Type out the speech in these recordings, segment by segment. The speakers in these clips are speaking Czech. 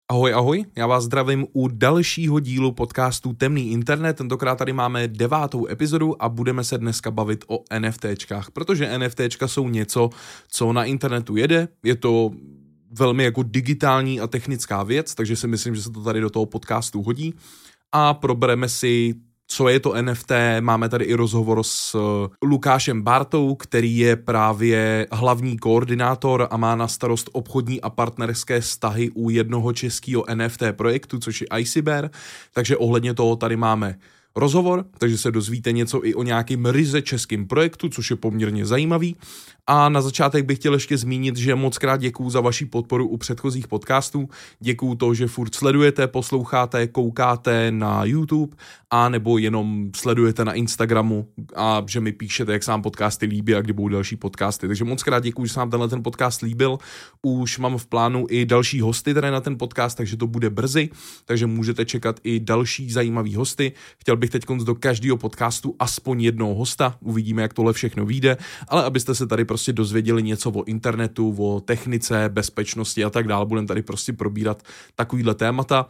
Ahoj, ahoj, já vás zdravím u dalšího dílu podcastu Temný internet, tentokrát tady máme 9. epizodu a budeme se dneska bavit o NFTčkách, protože NFTčka jsou něco, co na internetu jede, je to velmi jako digitální a technická věc, takže si myslím, že se to tady do toho podcastu hodí a probereme si, co je to NFT. Máme tady i rozhovor s Lukášem Bartou, který je právě hlavní koordinátor a má na starost obchodní a partnerské vztahy u jednoho českého NFT projektu, což je iCyber, takže ohledně toho tady máme rozhovor, takže se dozvíte něco i o nějakým ryze českým projektu, což je poměrně zajímavý. A na začátek bych chtěl ještě zmínit, že moc krát děkuju za vaši podporu u předchozích podcastů. Děkuju to, že furt sledujete, posloucháte, koukáte na YouTube a nebo jenom sledujete na Instagramu a že mi píšete, jak se vám podcasty líbí a kdy budou další podcasty. Takže moc krát děkuju, že se vám ten podcast líbil. Už mám v plánu i další hosty tady na ten podcast, takže to bude brzy, takže můžete čekat i další zajímavý hosty. Chtěl bych teď do každého podcastu aspoň jednoho hosta, uvidíme, jak tohle všechno vyjde, ale abyste se tady prostě dozvěděli něco o internetu, o technice, bezpečnosti a tak dále, budeme tady prostě probírat takovýhle témata.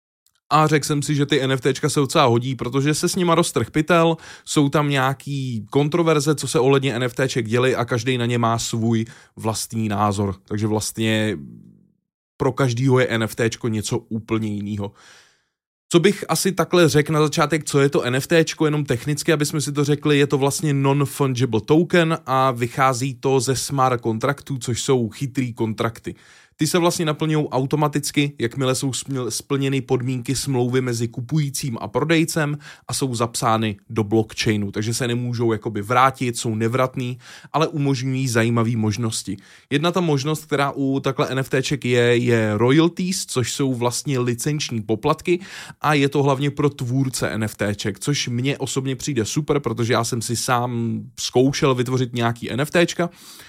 A řekl jsem si, že ty NFTčka se docela hodí, protože se s nima roztrh pytel, jsou tam nějaký kontroverze, co se ohledně NFTček děli a každý na ně má svůj vlastní názor. Takže vlastně pro každýho je NFTčko něco úplně jiného. Co bych asi takhle řekl na začátek, co je to NFTčko, jenom technicky, aby jsme si to řekli, je to vlastně non-fungible token a vychází to ze smart kontraktů, což jsou chytrý kontrakty. Ty se vlastně naplňují automaticky, jakmile jsou splněny podmínky smlouvy mezi kupujícím a prodejcem a jsou zapsány do blockchainu, takže se nemůžou jakoby vrátit, jsou nevratný, ale umožňují zajímavé možnosti. Jedna ta možnost, která u takhle NFTček je royalties, což jsou vlastně licenční poplatky a je to hlavně pro tvůrce NFTček, což mně osobně přijde super, protože já jsem si sám zkoušel vytvořit nějaký NFTčka.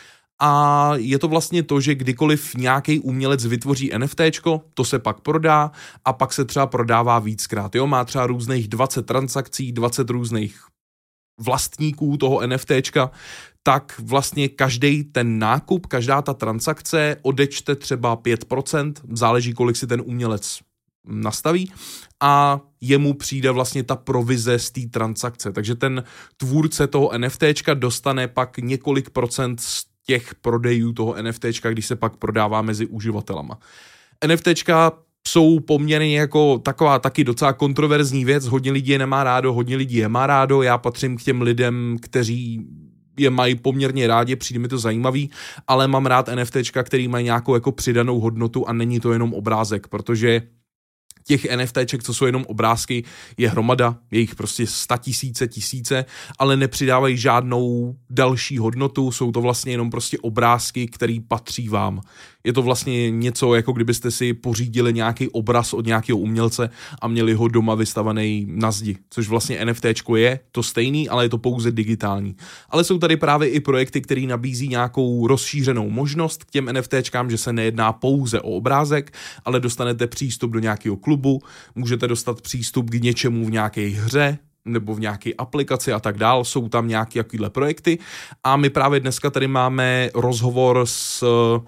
A je to vlastně to, že kdykoliv nějaký umělec vytvoří NFTčko, to se pak prodá a pak se třeba prodává víckrát. Jo? Má třeba různých 20 transakcí, 20 různých vlastníků toho NFTčka, tak vlastně každý ten nákup, každá ta transakce odečte třeba 5%, záleží, kolik si ten umělec nastaví a jemu přijde vlastně ta provize z té transakce. Takže ten tvůrce toho NFTčka dostane pak několik procent z těch prodejů toho NFTčka, když se pak prodává mezi uživatelama. NFTčka jsou poměrně jako taková taky docela kontroverzní věc, hodně lidí je nemá rádo, hodně lidí je má rádo, já patřím k těm lidem, kteří je mají poměrně rádi, přijde mi to zajímavý, ale mám rád NFTčka, který mají nějakou jako přidanou hodnotu a není to jenom obrázek, protože těch NFTček, co jsou jenom obrázky, je hromada, je jich prostě 100 000, tisíce, ale nepřidávají žádnou další hodnotu, jsou to vlastně jenom prostě obrázky, který patří vám. Je to vlastně něco, jako kdybyste si pořídili nějaký obraz od nějakého umělce a měli ho doma vystavaný na zdi, což vlastně NFTčko je to stejný, ale je to pouze digitální. Ale jsou tady právě i projekty, které nabízí nějakou rozšířenou možnost k těm NFTčkám, že se nejedná pouze o obrázek, ale dostanete přístup do nějakého klubu, můžete dostat přístup k něčemu v nějaké hře, nebo v nějaké aplikaci a tak dál, jsou tam nějaké takovéhle projekty a my právě dneska tady máme rozhovor s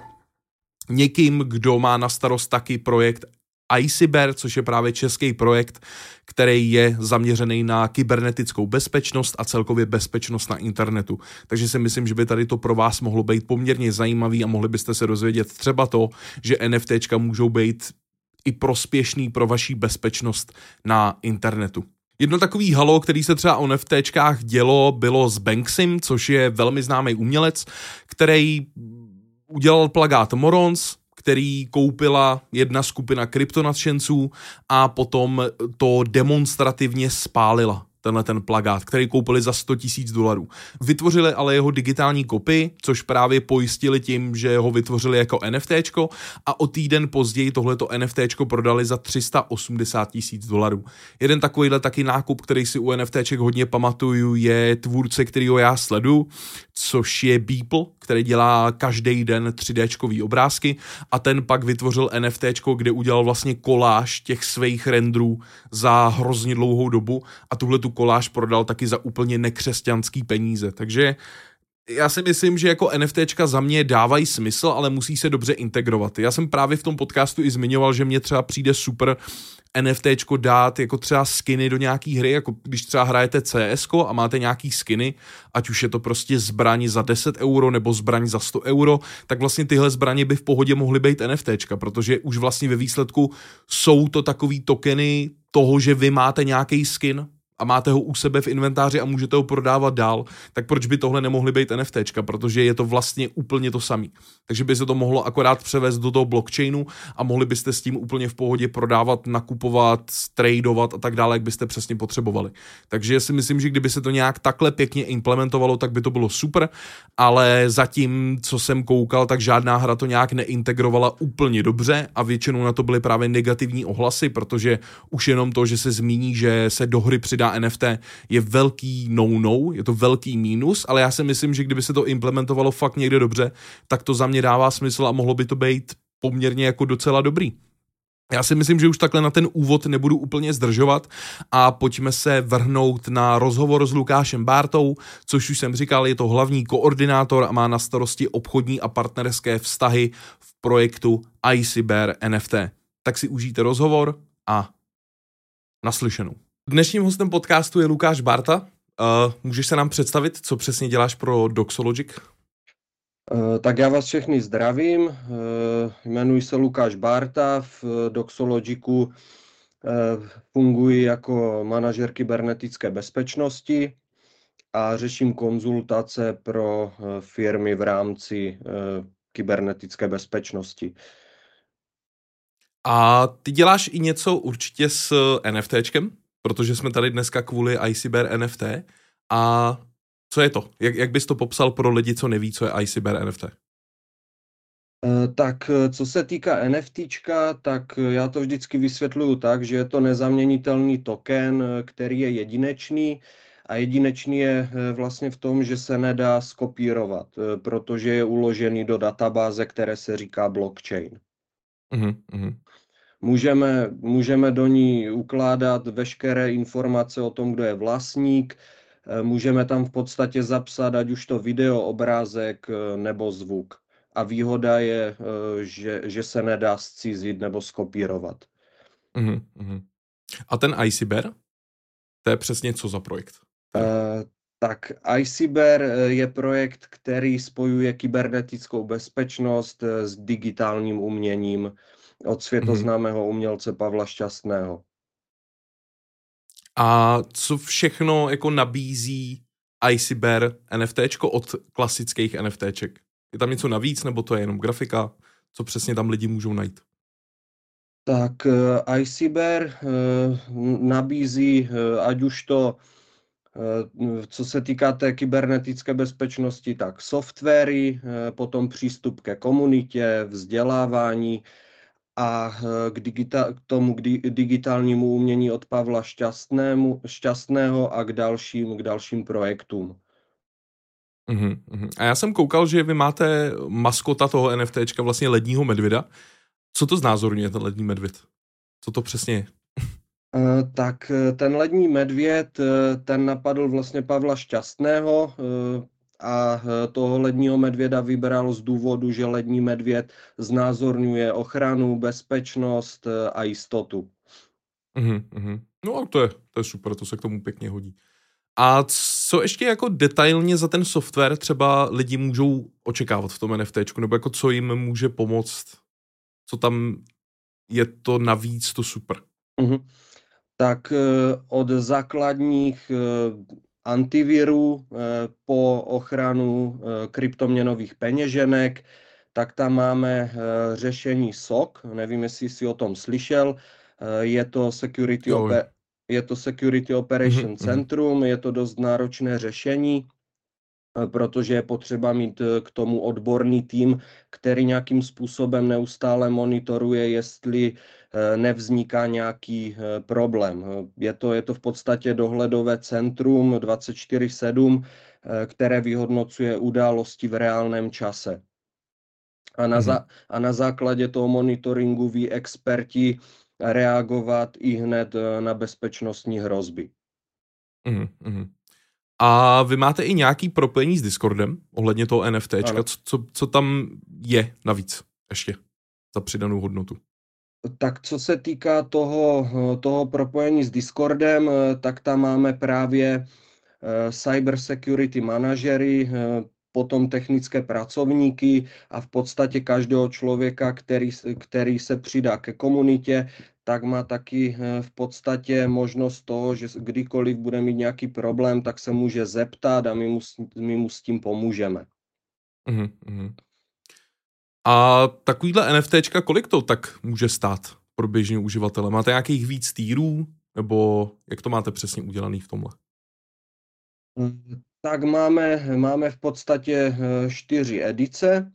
někým, kdo má na starost taky projekt iCyber, což je právě český projekt, který je zaměřený na kybernetickou bezpečnost a celkově bezpečnost na internetu. Takže si myslím, že by tady to pro vás mohlo být poměrně zajímavý a mohli byste se dozvědět třeba to, že NFTčka můžou být i prospěšný pro vaši bezpečnost na internetu. Jedno takový halo, který se třeba o NFTčkách dělo, bylo s Banksym, což je velmi známý umělec, který udělal plagát Morons, který koupila jedna skupina kryptonadšenců a potom to demonstrativně spálila. Tenhle ten plagát, který koupili za $100,000. Vytvořili ale jeho digitální kopii, což právě pojistili tím, že ho vytvořili jako NFTčko a o týden později tohleto NFTčko prodali za $380,000. Jeden takovýhle taky nákup, který si u NFTček hodně pamatuju, je tvůrce, kterýho já sleduju, což je Beeple, který dělá každý den 3Dčkový obrázky a ten pak vytvořil NFTčko, kde udělal vlastně koláž těch svých renderů za hrozně dlouhou dobu a tuhletu koláž prodal taky za úplně nekřesťanský peníze. Takže já si myslím, že jako NFTčka za mě dávají smysl, ale musí se dobře integrovat. Já jsem právě v tom podcastu i zmiňoval, že mně třeba přijde super NFTčko dát jako třeba skiny do nějaký hry, jako když třeba hrajete CSko a máte nějaký skiny, ať už je to prostě zbraň za 10 euro nebo zbraň za 100 euro, tak vlastně tyhle zbraně by v pohodě mohly být NFTčka, protože už vlastně ve výsledku jsou to takový tokeny toho, že vy máte nějaký skin a máte ho u sebe v inventáři a můžete ho prodávat dál, tak proč by tohle nemohly být NFTčka, protože je to vlastně úplně to samé. Takže by se to mohlo akorát převést do toho blockchainu a mohli byste s tím úplně v pohodě prodávat, nakupovat, tradovat a tak dále, jak byste přesně potřebovali. Takže si myslím, že kdyby se to nějak takhle pěkně implementovalo, tak by to bylo super, ale zatím, co jsem koukal, tak žádná hra to nějak neintegrovala úplně dobře a většinou na to byly právě negativní ohlasy, protože už jenom to, že se zmíní, že se do hry přidá NFT, je velký no-no, je to velký mínus, ale já si myslím, že kdyby se to implementovalo fakt někde dobře, tak to za mě dává smysl a mohlo by to být poměrně jako docela dobrý. Já si myslím, že už takhle na ten úvod nebudu úplně zdržovat a pojďme se vrhnout na rozhovor s Lukášem Bártou, což už jsem říkal, je to hlavní koordinátor a má na starosti obchodní a partnerské vztahy v projektu iCyber NFT. Tak si užijte rozhovor a naslyšenou. Dnešním hostem podcastu je Lukáš Bárta. Můžeš se nám představit, co přesně děláš pro Doxologic? Tak já vás všechny zdravím. Jmenuji se Lukáš Bárta. V Doxologicu funguji jako manažer kybernetické bezpečnosti a řeším konzultace pro firmy v rámci kybernetické bezpečnosti. A ty děláš i něco určitě s NFTčkem, protože jsme tady dneska kvůli iCyber NFT. A co je to? Jak bys to popsal pro lidi, co neví, co je iCyber NFT? Tak co se týká NFTčka, tak já to vždycky vysvětluju tak, že je to nezaměnitelný token, který je jedinečný a jedinečný je vlastně v tom, že se nedá skopírovat, protože je uložený do databáze, které se říká blockchain. Mm-hmm. Můžeme do ní ukládat veškeré informace o tom, kdo je vlastník, můžeme tam v podstatě zapsat, ať už to video, obrázek nebo zvuk. A výhoda je, že se nedá zcizit nebo skopírovat. Mm-hmm. A ten iCyber? To je přesně co za projekt? Tak iCyber je projekt, který spojuje kybernetickou bezpečnost s digitálním uměním od světoznámého umělce Pavla Šťastného. A co všechno jako nabízí iCyber NFTčko od klasických NFTček? Je tam něco navíc, nebo to je jenom grafika? Co přesně tam lidi můžou najít? Tak iCyber nabízí, ať už to, co se týká té kybernetické bezpečnosti, tak softwary, potom přístup ke komunitě, vzdělávání a k tomu digitálnímu umění od Pavla Šťastného a k dalším projektům. A já jsem koukal, že vy máte maskota toho NFTčka, vlastně ledního medvěda. Co to znázorňuje, ten lední medvěd? Co to přesně je? Tak ten lední medvěd, ten napadl vlastně Pavla Šťastného a toho ledního medvěda vybral z důvodu, že lední medvěd znázorňuje ochranu, bezpečnost a jistotu. No to je super, to se k tomu pěkně hodí. A co ještě jako detailně za ten software třeba lidi můžou očekávat v tom NFTčku, nebo jako co jim může pomoct, co tam je to navíc to super? Tak od základních antivirů po ochranu kryptoměnových peněženek, tak tam máme řešení SOC, nevím, jestli jsi o tom slyšel, je to Security Operation Centrum, je to dost náročné řešení, protože je potřeba mít k tomu odborný tým, který nějakým způsobem neustále monitoruje, jestli nevzniká nějaký problém. Je to v podstatě dohledové centrum 24/7, které vyhodnocuje události v reálném čase. A na základě toho monitoringu ví experti reagovat i hned na bezpečnostní hrozby. A vy máte i nějaký propojení s Discordem ohledně toho NFTčka? Ano. Co tam je navíc ještě za přidanou hodnotu? Tak co se týká toho propojení s Discordem, tak tam máme právě cyber security manažery, potom technické pracovníky a v podstatě každého člověka, který se přidá ke komunitě, tak má taky v podstatě možnost toho, že kdykoliv bude mít nějaký problém, tak se může zeptat a my mu s tím pomůžeme. Mhm. A takovýhle NFTčka, kolik to tak může stát pro běžného uživatele? Máte nějakých víc týrů? Nebo jak to máte přesně udělaný v tomhle? Tak máme v podstatě 4 edice,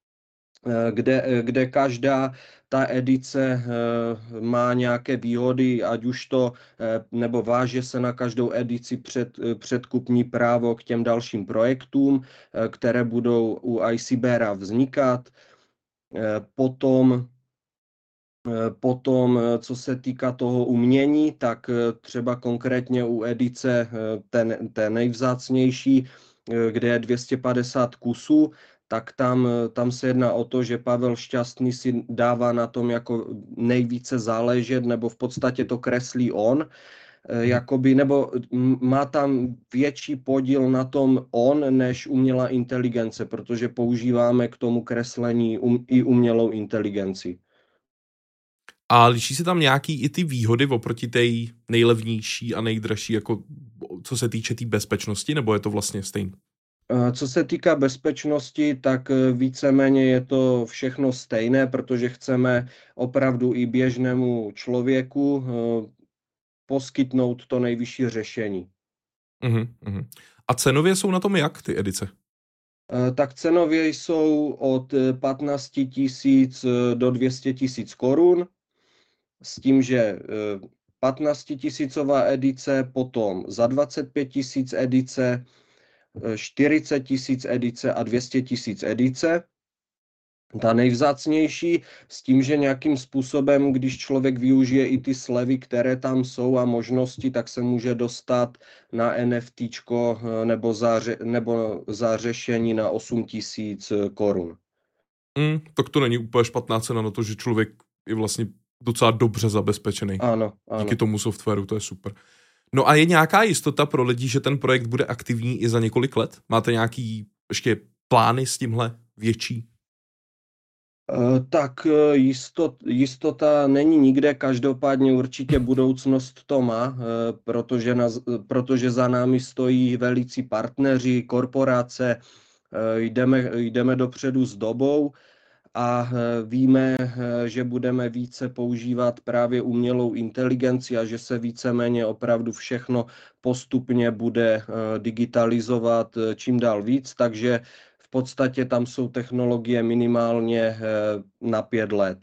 kde každá ta edice má nějaké výhody, ať už to, nebo váže se na každou edici předkupní právo k těm dalším projektům, které budou u ICBera vznikat. Potom, co se týká toho umění, tak třeba konkrétně u edice té nejvzácnější, kde je 250 kusů, tak tam se jedná o to, že Pavel Šťastný si dává na tom jako nejvíce záležet, nebo v podstatě to kreslí on, jakoby, nebo má tam větší podíl na tom on, než umělá inteligence, protože používáme k tomu kreslení i umělou inteligenci. A liší se tam nějaký i ty výhody oproti té nejlevnější a nejdražší, jako co se týče té bezpečnosti, nebo je to vlastně stejné? Co se týká bezpečnosti, tak víceméně je to všechno stejné, protože chceme opravdu i běžnému člověku poskytnout to nejvyšší řešení. Mhm. A cenově jsou na tom jak ty edice? Tak cenově jsou od 15 000 do 200 000 korun, s tím, že 15 000 edice, potom za 25 000 edice, 40 000 edice a 200 000 edice. Ta nejvzácnější s tím, že nějakým způsobem, když člověk využije i ty slevy, které tam jsou a možnosti, tak se může dostat na NFTčko nebo za řešení na 8 000 korun. Tak to není úplně špatná cena na to, že člověk je vlastně docela dobře zabezpečený. Ano. Díky tomu softwaru, to je super. No a je nějaká jistota pro lidi, že ten projekt bude aktivní i za několik let? Máte nějaký ještě plány s tímhle větší? Tak jistota není nikde, každopádně určitě budoucnost to má, protože za námi stojí velicí partneři, korporace, jdeme dopředu s dobou a víme, že budeme více používat právě umělou inteligenci a že se víceméně opravdu všechno postupně bude digitalizovat čím dál víc, takže v podstatě tam jsou technologie minimálně na 5 let.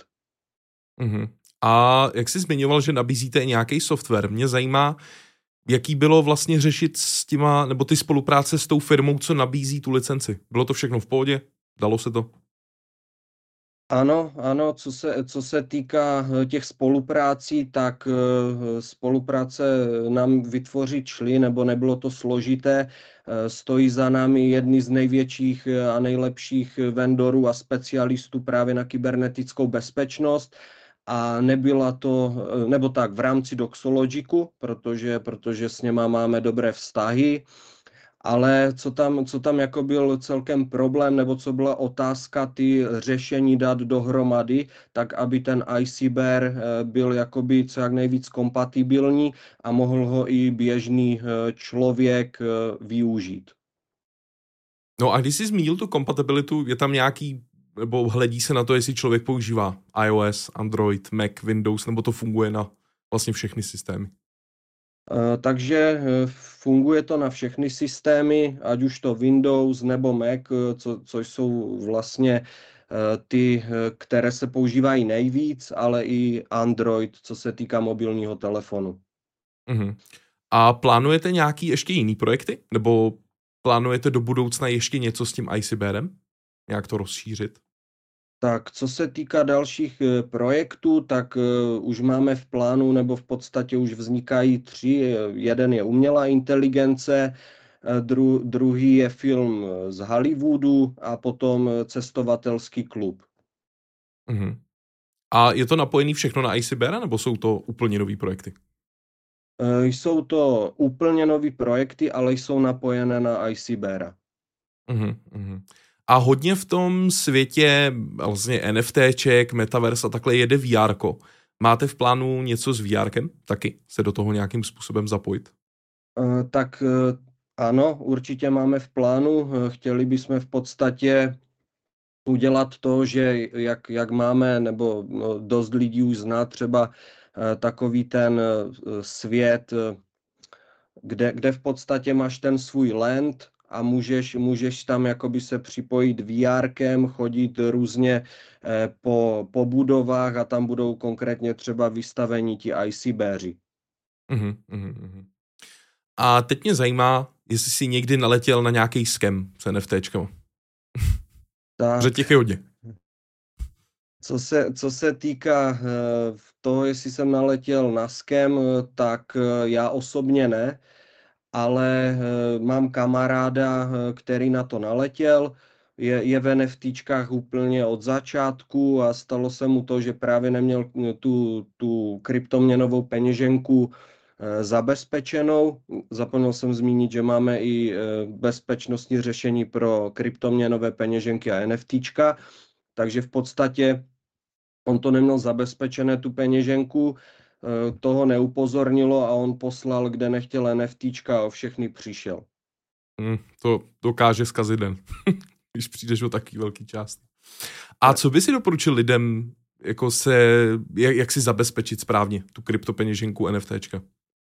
A jak jsi zmiňoval, že nabízíte i nějaký software, mě zajímá, jaký bylo vlastně řešit s těma, nebo ty spolupráce s tou firmou, co nabízí tu licenci. Bylo to všechno v pohodě? Dalo se to? Ano, co se týká těch spoluprácí, tak spolupráce nám vytvořit šly, nebo nebylo to složité. Stojí za námi jedni z největších a nejlepších vendorů a specialistů právě na kybernetickou bezpečnost. A nebyla to, nebo tak v rámci Doxologiku, protože s něma máme dobré vztahy. Ale co tam jako byl celkem problém, nebo co byla otázka, ty řešení dát dohromady, tak aby ten ICBer byl jakoby co jak nejvíc kompatibilní a mohl ho i běžný člověk využít. No a když jsi zmínil tu kompatibilitu, je tam nějaký, nebo hledí se na to, jestli člověk používá iOS, Android, Mac, Windows, nebo to funguje na vlastně všechny systémy? Takže funguje to na všechny systémy, ať už to Windows nebo Mac, což jsou vlastně ty, které se používají nejvíc, ale i Android, co se týká mobilního telefonu. A plánujete nějaký ještě jiný projekty? Nebo plánujete do budoucna ještě něco s tím ICBerem? Nějak to rozšířit? Tak co se týká dalších projektů, tak už máme v plánu, nebo v podstatě už vznikají 3. Jeden je umělá inteligence, Druhý je film z Hollywoodu a potom Cestovatelský klub. Mhm. A je to napojený všechno na ICBR, nebo jsou to úplně nový projekty? Jsou to úplně nový projekty, ale jsou napojené na ICBR. Mhm. A hodně v tom světě vlastně NFTček, Metaverse a takhle jede VR-ko. Máte v plánu něco s VRkem? Taky se do toho nějakým způsobem zapojit? Tak ano, určitě máme v plánu. Chtěli bychom v podstatě udělat to, že jak máme, nebo dost lidí už zná třeba takový ten svět, kde v podstatě máš ten svůj land a můžeš tam jakoby se připojit VRkem, chodit různě po budovách a tam budou konkrétně třeba vystavení ti ICBéři. Mhm. A teď mě zajímá, jestli jsi někdy naletěl na nějaký scam s NFTčkama. Že těch je hodně. Co se týká toho, jestli jsem naletěl na scam, tak já osobně ne, ale mám kamaráda, který na to naletěl, je v NFTčkách úplně od začátku a stalo se mu to, že právě neměl tu kryptoměnovou peněženku zabezpečenou. Zapomněl jsem zmínit, že máme i bezpečnostní řešení pro kryptoměnové peněženky a NFTčka, takže v podstatě on to neměl zabezpečené, tu peněženku, toho neupozornilo a on poslal, kde nechtěl NFTčka a o všechny přišel. To dokáže zkazit den, když přijdeš o takový velký část. A co by si doporučil lidem, jako jak si zabezpečit správně tu kryptopeněženku NFTčka?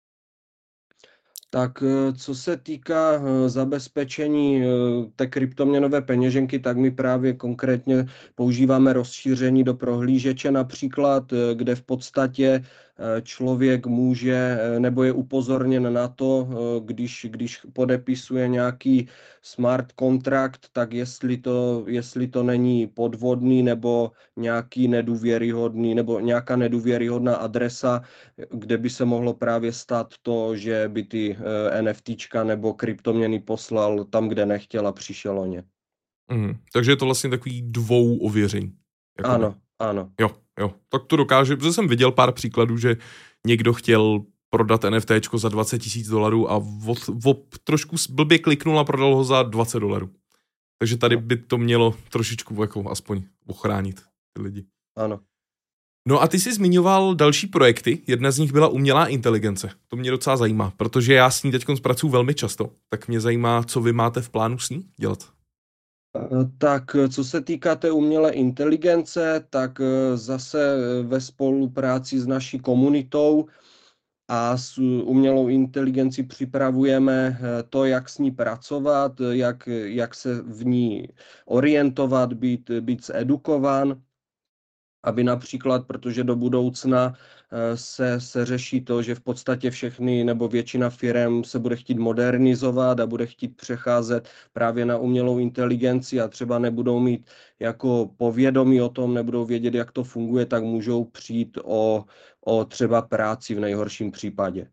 Tak co se týká zabezpečení té kryptoměnové peněženky, tak my právě konkrétně používáme rozšíření do prohlížeče například, kde v podstatě člověk může nebo je upozorněn na to, když podepisuje nějaký smart kontrakt, tak jestli to není podvodný nebo nějaký nedůvěryhodný nebo nějaká nedůvěryhodná adresa, kde by se mohlo právě stát to, že by ty NFTčka nebo kryptoměny poslal tam, kde nechtěl a přišel o ně. Takže je to vlastně takový dvou ověření. Jakoby. Ano. Jo. Tak to dokáže, protože jsem viděl pár příkladů, že někdo chtěl prodat NFTčko za $20,000 a trošku blbě kliknul a prodal ho za $20. Takže tady by to mělo trošičku jako aspoň ochránit ty lidi. Ano. No a ty jsi zmiňoval další projekty, jedna z nich byla umělá inteligence. To mě docela zajímá, protože já s ní teď pracuji velmi často, tak mě zajímá, co vy máte v plánu s ní dělat. Tak co se týká té umělé inteligence, tak zase ve spolupráci s naší komunitou a s umělou inteligencí připravujeme to, jak s ní pracovat, jak se v ní orientovat, být zedukován, aby například, protože do budoucna se řeší to, že v podstatě všechny nebo většina firem se bude chtít modernizovat a bude chtít přecházet právě na umělou inteligenci a třeba nebudou mít jako povědomí o tom, nebudou vědět, jak to funguje, tak můžou přijít o třeba práci v nejhorším případě.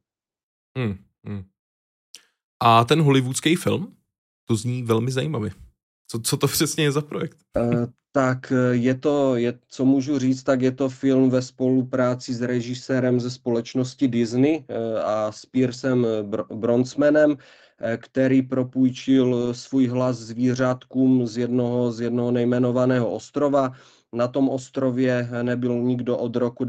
A ten hollywoodský film, to zní velmi zajímavě. Co to přesně je za projekt? Tak co můžu říct, tak je to film ve spolupráci s režisérem ze společnosti Disney a s Piercem Brosnanem, který propůjčil svůj hlas zvířátkům z jednoho nejmenovaného ostrova. Na tom ostrově nebyl nikdo od roku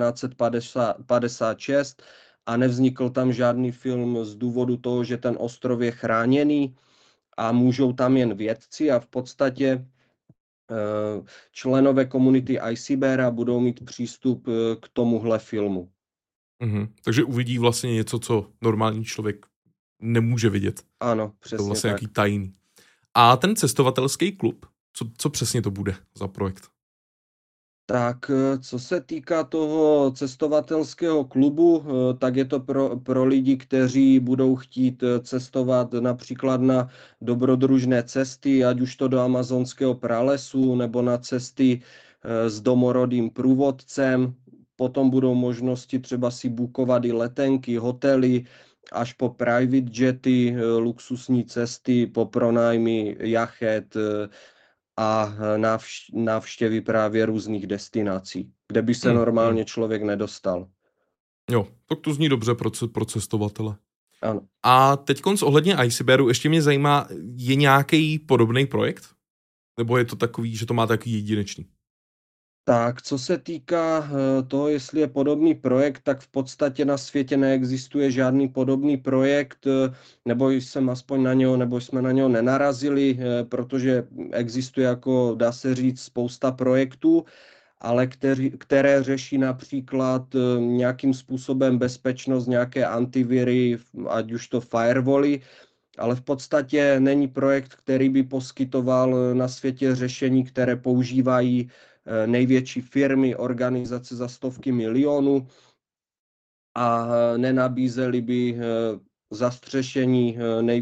1956 a nevznikl tam žádný film z důvodu toho, že ten ostrov je chráněný a můžou tam jen vědci a v podstatě členové komunity ICBR budou mít přístup k tomuhle filmu. Takže uvidí vlastně něco, co normální člověk nemůže vidět. Ano, přesně to vlastně tak. Nějaký tajný. A ten cestovatelský klub, co přesně to bude za projekt? Tak co se týká toho cestovatelského klubu, tak je to pro lidi, kteří budou chtít cestovat například na dobrodružné cesty, ať už to do amazonského pralesu nebo na cesty s domorodým průvodcem. Potom budou možnosti třeba si bukovat i letenky, hotely až po private jety, luxusní cesty, po pronájmy jachet a návštěvy právě různých destinací, kde by se normálně člověk nedostal. Jo, tak to zní dobře pro cestovatele. Ano. A teďkonc ohledně iCyberu ještě mě zajímá, je nějaký podobný projekt? Nebo je to takový, že to má takový jedinečný? Tak, co se týká toho, jestli je podobný projekt, tak v podstatě na světě neexistuje žádný podobný projekt, nebo jsme na něho nenarazili, protože existuje, jako dá se říct, spousta projektů, ale které řeší například nějakým způsobem bezpečnost, nějaké antiviry, ať už to firewally, ale v podstatě není projekt, který by poskytoval na světě řešení, které používají největší firmy, organizace za stovky milionů a nenabízeli by zastřešení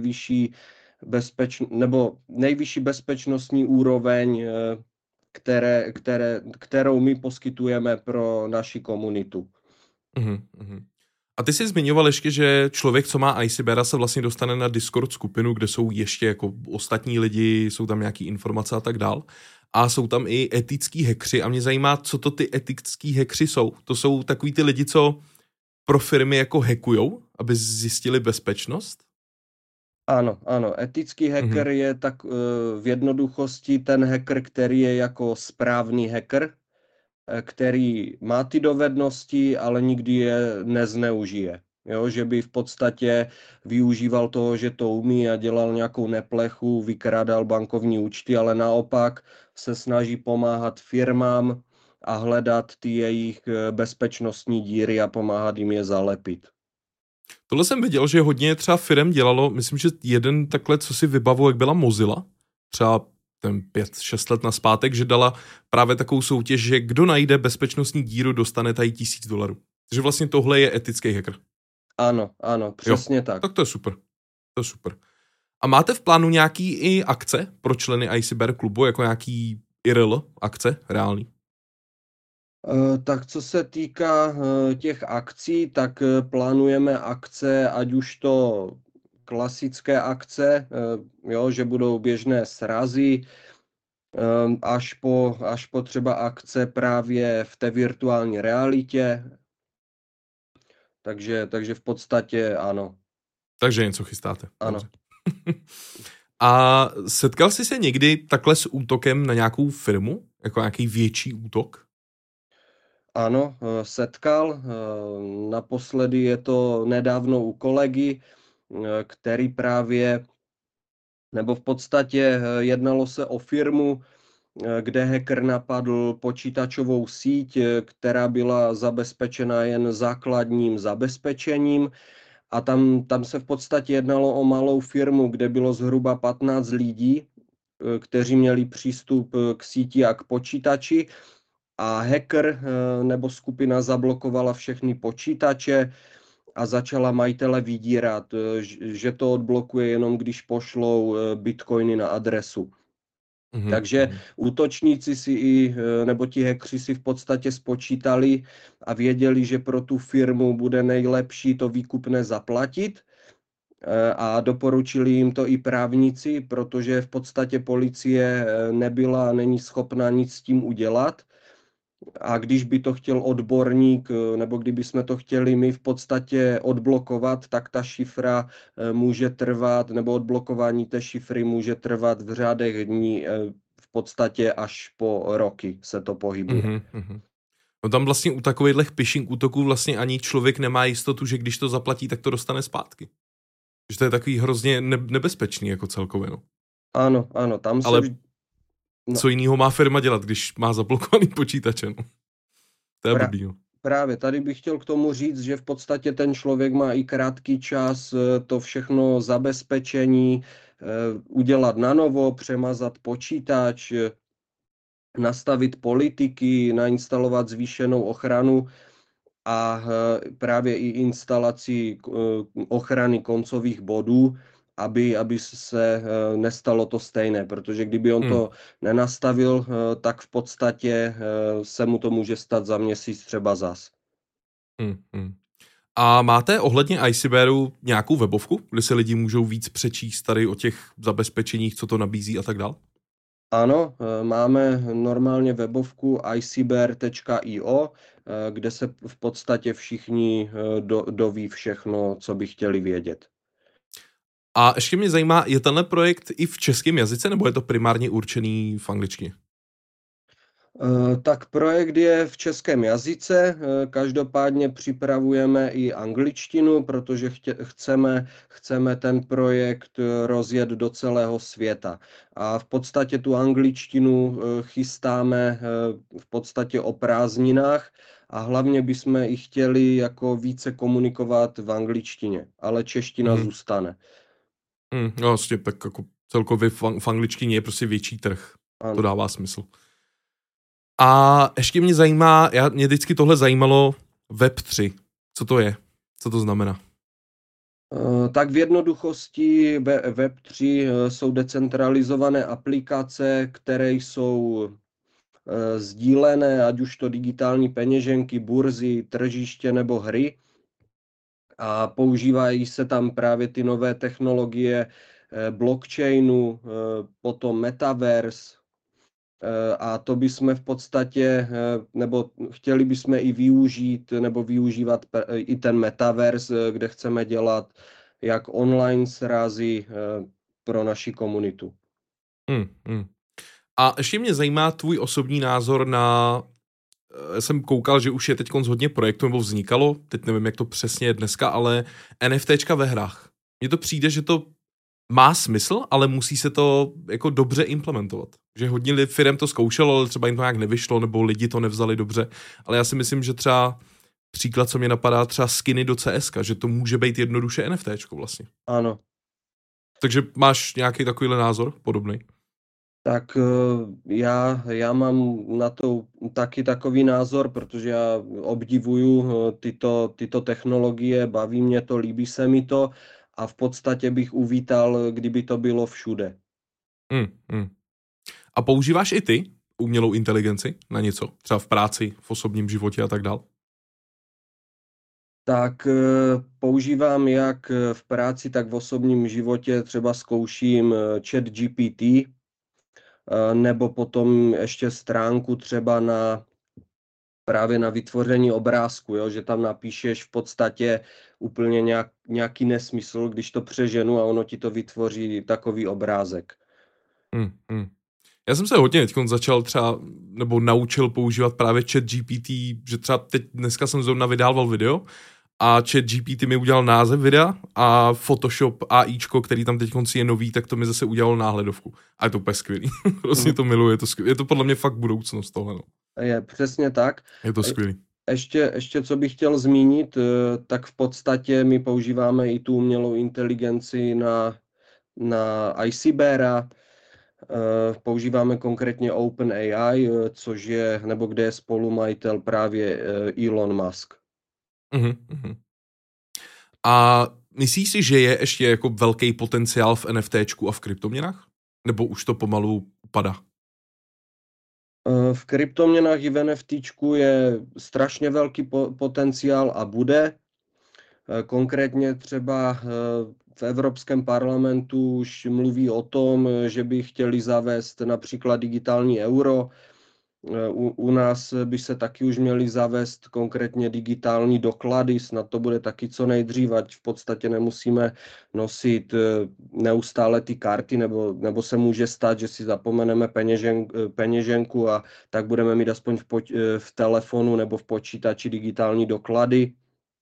nejvyšší bezpečnostní úroveň, kterou my poskytujeme pro naši komunitu. Mm-hmm. A ty jsi zmiňoval ještě, že člověk, co má iCybera, se vlastně dostane na Discord skupinu, kde jsou ještě jako ostatní lidi, jsou tam nějaký informace a tak dál. A jsou tam i etický hackři a mě zajímá, co to ty etický hackři jsou. To jsou takový ty lidi, co pro firmy jako hackujou, aby zjistili bezpečnost? Ano. Etický hacker je tak v jednoduchosti ten hacker, který je jako správný hacker, který má ty dovednosti, ale nikdy je nezneužije. Jo, že by v podstatě využíval toho, že to umí a dělal nějakou neplechu, vykrádal bankovní účty, ale naopak se snaží pomáhat firmám a hledat ty jejich bezpečnostní díry a pomáhat jim je zalepit. Tohle jsem viděl, že hodně třeba firem dělalo, myslím, že jeden takhle, co si vybavu, jak byla Mozilla, třeba ten 5-6 let naspátek, že dala právě takovou soutěž, že kdo najde bezpečnostní díru, dostane tady $1000. Takže vlastně tohle je etický hacker. Ano, přesně tak. Tak to je super. A máte v plánu nějaký i akce pro členy iCyber klubu, jako nějaký IRL akce reální? Tak co se týká těch akcí, tak plánujeme akce, ať už to klasické akce, jo, že budou běžné srazy, až po třeba akce právě v té virtuální realitě. Takže v podstatě ano. Takže něco chystáte. Ano. A setkal jsi se někdy takhle s útokem na nějakou firmu? Jako nějaký větší útok? Ano, setkal. Naposledy je to nedávno u kolegy, který právě, nebo v podstatě jednalo se o firmu, kde hacker napadl počítačovou síť, která byla zabezpečena jen základním zabezpečením. A tam se v podstatě jednalo o malou firmu, kde bylo zhruba 15 lidí, kteří měli přístup k síti a k počítači. A hacker nebo skupina zablokovala všechny počítače a začala majitele vydírat, že to odblokuje jenom, když pošlou bitcoiny na adresu. Takže útočníci nebo ti hackři si v podstatě spočítali a věděli, že pro tu firmu bude nejlepší to výkupné zaplatit a doporučili jim to i právníci, protože v podstatě policie nebyla a není schopná nic s tím udělat. A když by to chtěl odborník, nebo kdyby jsme to chtěli my v podstatě odblokovat, tak ta šifra může trvat, nebo odblokování té šifry může trvat v řádech dní, v podstatě až po roky se to pohybuje. No tam vlastně u takových phishing útoků vlastně ani člověk nemá jistotu, že když to zaplatí, tak to dostane zpátky. Že to je takový hrozně nebezpečný jako celkově, no. Ano, tam se... Ale co jiného má firma dělat, když má zablokovaný počítače, no. To je blbý, no. Právě tady bych chtěl k tomu říct, že v podstatě ten člověk má i krátký čas to všechno zabezpečení udělat na novo, přemazat počítač, nastavit politiky, nainstalovat zvýšenou ochranu a právě i instalaci ochrany koncových bodů, aby se nestalo to stejné, protože kdyby on to nenastavil, tak v podstatě se mu to může stát za měsíc třeba zas. A máte ohledně iCyberu nějakou webovku, kde se lidi můžou víc přečíst tady o těch zabezpečeních, co to nabízí a tak dál? Ano, máme normálně webovku icyber.io, kde se v podstatě všichni doví všechno, co by chtěli vědět. A ještě mě zajímá, je tenhle projekt i v českém jazyce, nebo je to primárně určený v angličtině? Tak projekt je v českém jazyce, každopádně připravujeme i angličtinu, protože chceme ten projekt rozjet do celého světa. A v podstatě tu angličtinu chystáme v podstatě o prázdninách a hlavně bychom i chtěli jako více komunikovat v angličtině, ale čeština zůstane. No, vlastně tak jako celkově v angličtině je prostě větší trh. Ano. To dává smysl. A ještě mě zajímá, mě vždycky tohle zajímalo, Web3. Co to je? Co to znamená? Tak v jednoduchosti Web3 jsou decentralizované aplikace, které jsou sdílené, ať už to digitální peněženky, burzy, tržiště nebo hry. A používají se tam právě ty nové technologie blockchainu, potom metaverse, a to bychom v podstatě, nebo chtěli bychom i využít, nebo využívat i ten metaverse, kde chceme dělat jak online srazy pro naši komunitu. A ještě mě zajímá tvůj osobní názor na... Jsem koukal, že už je teď hodně projektů, nebo vznikalo, teď nevím, jak to přesně je dneska, ale NFTčka ve hrách. Mně to přijde, že to má smysl, ale musí se to jako dobře implementovat. Že hodně firem to zkoušelo, ale třeba jim to nějak nevyšlo, nebo lidi to nevzali dobře. Ale já si myslím, že třeba příklad, co mě napadá, třeba skiny do CSK, že to může být jednoduše NFTčko vlastně. Ano. Takže máš nějaký takovýhle názor podobný? Tak já mám na to taky takový názor, protože já obdivuju tyto technologie, baví mě to, líbí se mi to a v podstatě bych uvítal, kdyby to bylo všude. A používáš i ty umělou inteligenci na něco? Třeba v práci, v osobním životě a tak dál? Tak používám jak v práci, tak v osobním životě. Třeba zkouším ChatGPT, nebo potom ještě stránku třeba právě na vytvoření obrázku, jo? Že tam napíšeš v podstatě úplně nějaký nesmysl, když to přeženu a ono ti to vytvoří takový obrázek. Já jsem se hodně teď začal třeba, nebo naučil používat právě ChatGPT, že třeba dneska jsem zrovna vydával video a ChatGPT mi udělal název videa a Photoshop AIčko, který tam teď je nový, tak to mi zase udělalo náhledovku. A je to úplně skvělý. Prostě to miluji, je to podle mě fakt budoucnost tohle. No. Je přesně tak. Je to skvělý. Ještě co bych chtěl zmínit, tak v podstatě my používáme i tu umělou inteligenci na iCybera. Používáme konkrétně OpenAI, což je, nebo kde je spolumajitel právě Elon Musk. A myslíš si, že je ještě jako velký potenciál v NFTčku a v kryptoměnách? Nebo už to pomalu upadá? V kryptoměnách i v NFTčku je strašně velký potenciál a bude. Konkrétně třeba v Evropském parlamentu už mluví o tom, že by chtěli zavést například digitální euro. U nás by se taky už měly zavést konkrétně digitální doklady, snad to bude taky co nejdřív, ať v podstatě nemusíme nosit neustále ty karty, nebo se může stát, že si zapomeneme peněženku a tak budeme mít aspoň v telefonu nebo v počítači digitální doklady.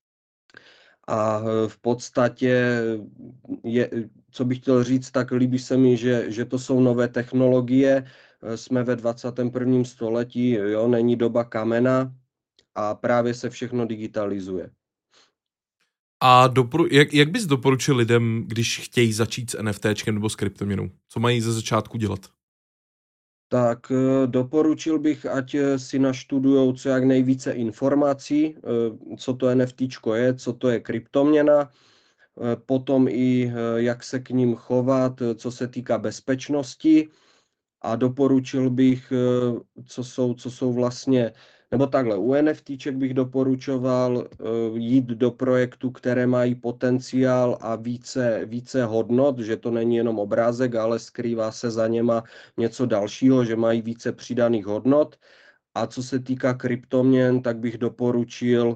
A v podstatě, co bych chtěl říct, tak líbí se mi, že to jsou nové technologie. Jsme ve 21. století, jo, není doba kamena a právě se všechno digitalizuje. A jak bys doporučil lidem, když chtějí začít s NFTčkem nebo s kryptoměnou? Co mají ze začátku dělat? Tak doporučil bych, ať si naštudujou co jak nejvíce informací, co to NFTčko je, co to je kryptoměna, potom i jak se k ním chovat, co se týká bezpečnosti. A doporučil bych, co jsou vlastně Nebo takhle, u NFTček bych doporučoval jít do projektů, které mají potenciál a více hodnot, že to není jenom obrázek, ale skrývá se za něma něco dalšího, že mají více přidaných hodnot. A co se týká kryptoměn, tak bych doporučil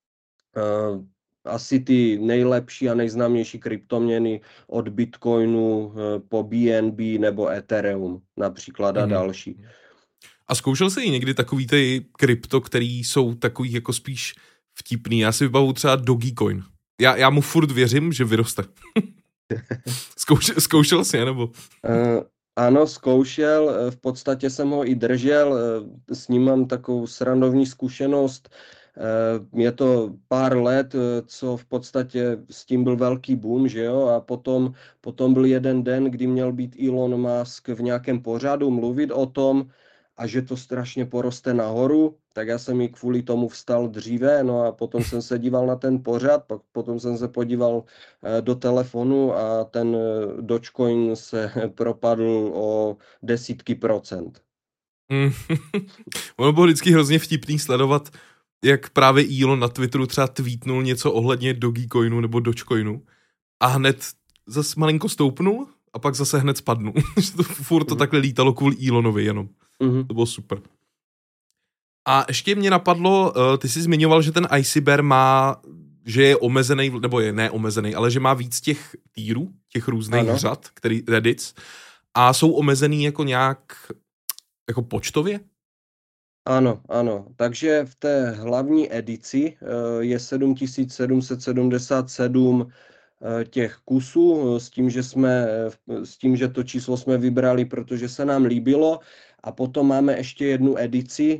asi ty nejlepší a nejznámější kryptoměny od Bitcoinu po BNB nebo Ethereum například a další. A zkoušel jsi někdy takový ty krypto, který jsou takový jako spíš vtipný? Já si vybavu třeba Dogecoin. Já mu furt věřím, že vyroste. Zkoušel jsi, nebo? Ano, zkoušel, v podstatě jsem ho i držel, s ním mám takovou srandovní zkušenost. Je to pár let, co v podstatě s tím byl velký boom, že jo, a potom byl jeden den, kdy měl být Elon Musk v nějakém pořadu mluvit o tom, a že to strašně poroste nahoru, tak já jsem i kvůli tomu vstal dříve, no a potom jsem se díval na ten pořad, potom jsem se podíval do telefonu a ten Dogecoin se propadl o desítky procent. Ono bylo vždycky hrozně vtipný sledovat, jak právě Elon na Twitteru třeba tweetnul něco ohledně Dogecoinu nebo Dogecoinu a hned zase malinko stoupnul a pak zase hned spadnul. Furt to takhle lítalo kvůli Elonovi jenom. To bylo super. A ještě mě napadlo, ty jsi zmiňoval, že ten Icyber má, že je omezený, nebo je neomezený, ale že má víc těch tírů, těch různých řad, Reddits, a jsou omezený jako nějak, jako počtově? Ano. Takže v té hlavní edici je 7777 těch kusů, s tím, že to číslo jsme vybrali, protože se nám líbilo. A potom máme ještě jednu edici,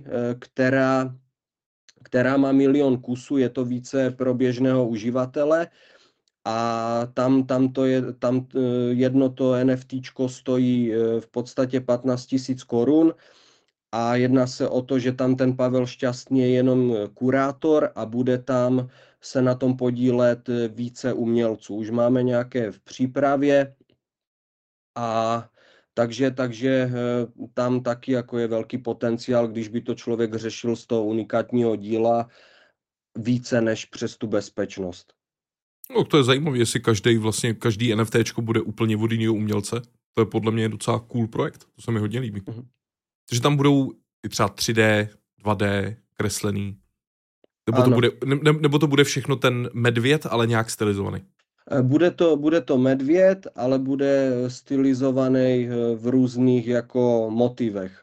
která má 1 000 000 kusů, je to více pro běžného uživatele. A tam jedno to NFTčko stojí v podstatě 15 000 korun. A jedná se o to, že tam ten Pavel Šťastný je jenom kurátor a bude tam se na tom podílet více umělců. Už máme nějaké v přípravě a takže tam taky jako je velký potenciál, když by to člověk řešil z toho unikátního díla více než přes tu bezpečnost. No, to je zajímavé, jestli každý NFTčko bude úplně od jiného umělce. To je podle mě docela cool projekt, to se mi hodně líbí. Takže tam budou i třeba 3D, 2D, kreslený. Nebo to bude všechno ten medvěd, ale nějak stylizovaný. Bude to medvěd, ale bude stylizovaný v různých jako motivech.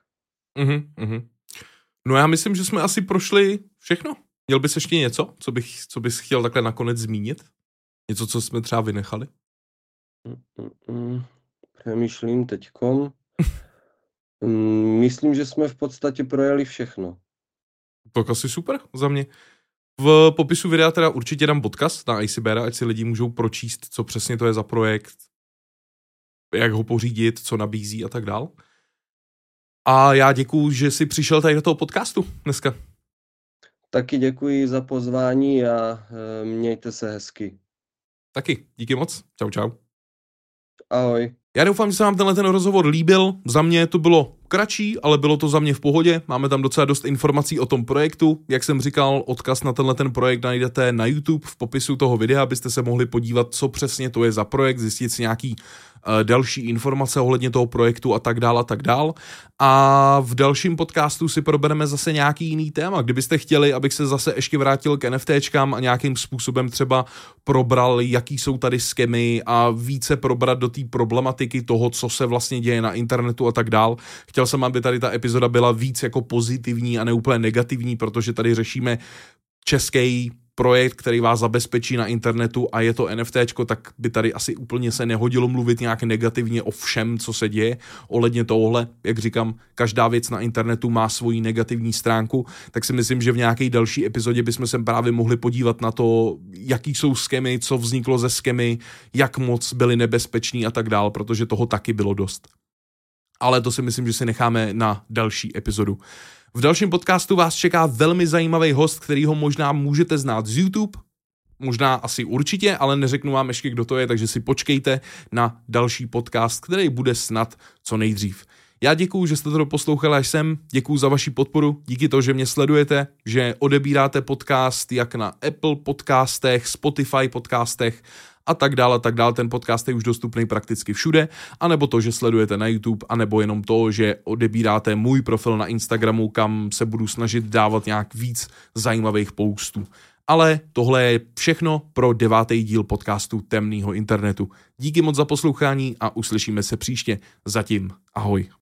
No já myslím, že jsme asi prošli všechno. Měl bys ještě něco, co bys chtěl takhle nakonec zmínit? Něco, co jsme třeba vynechali? Přemýšlím teďkom. Myslím, že jsme v podstatě projeli všechno. Tak asi super za mě. V popisu videa teda určitě dám odkaz na Icybera, ať si lidi můžou pročíst, co přesně to je za projekt, jak ho pořídit, co nabízí a tak dál. A já děkuju, že jsi přišel tady do toho podcastu dneska. Taky děkuji za pozvání a mějte se hezky. Taky, díky moc. Čau. Ahoj. Já doufám, že se vám tenhle ten rozhovor líbil. Za mě to bylo kratší, ale bylo to za mě v pohodě. Máme tam docela dost informací o tom projektu. Jak jsem říkal, odkaz na tenhle ten projekt najdete na YouTube v popisu toho videa, abyste se mohli podívat, co přesně to je za projekt, zjistit si nějaký další informace ohledně toho projektu a tak dál. A v dalším podcastu si probereme zase nějaký jiný téma. Kdybyste chtěli, abych se zase ještě vrátil k NFTčkám a nějakým způsobem třeba probral, jaký jsou tady skemy a více probrat do té problematiky toho, co se vlastně děje na internetu a tak dál. Chtěl jsem, aby tady ta epizoda byla víc jako pozitivní a ne úplně negativní, protože tady řešíme český projekt, který vás zabezpečí na internetu a je to NFTčko, tak by tady asi úplně se nehodilo mluvit nějak negativně o všem, co se děje. Ohledně tohohle, jak říkám, každá věc na internetu má svoji negativní stránku, tak si myslím, že v nějaké další epizodě bychom se právě mohli podívat na to, jaký jsou skemy, co vzniklo ze skemy, jak moc byly nebezpeční a tak dál, protože toho taky bylo dost. Ale to si myslím, že si necháme na další epizodu. V dalším podcastu vás čeká velmi zajímavý host, kterýho možná můžete znát z YouTube, možná asi určitě, ale neřeknu vám ještě, kdo to je, takže si počkejte na další podcast, který bude snad co nejdřív. Já děkuju, že jste to poslouchali až sem, děkuju za vaši podporu, díky to, že mě sledujete, že odebíráte podcast jak na Apple podcastech, Spotify podcastech a tak dále, ten podcast je už dostupný prakticky všude, anebo to, že sledujete na YouTube, anebo jenom to, že odebíráte můj profil na Instagramu, kam se budu snažit dávat nějak víc zajímavých postů. Ale tohle je všechno pro 9. díl podcastu Temného internetu. Díky moc za poslouchání a uslyšíme se příště. Zatím ahoj.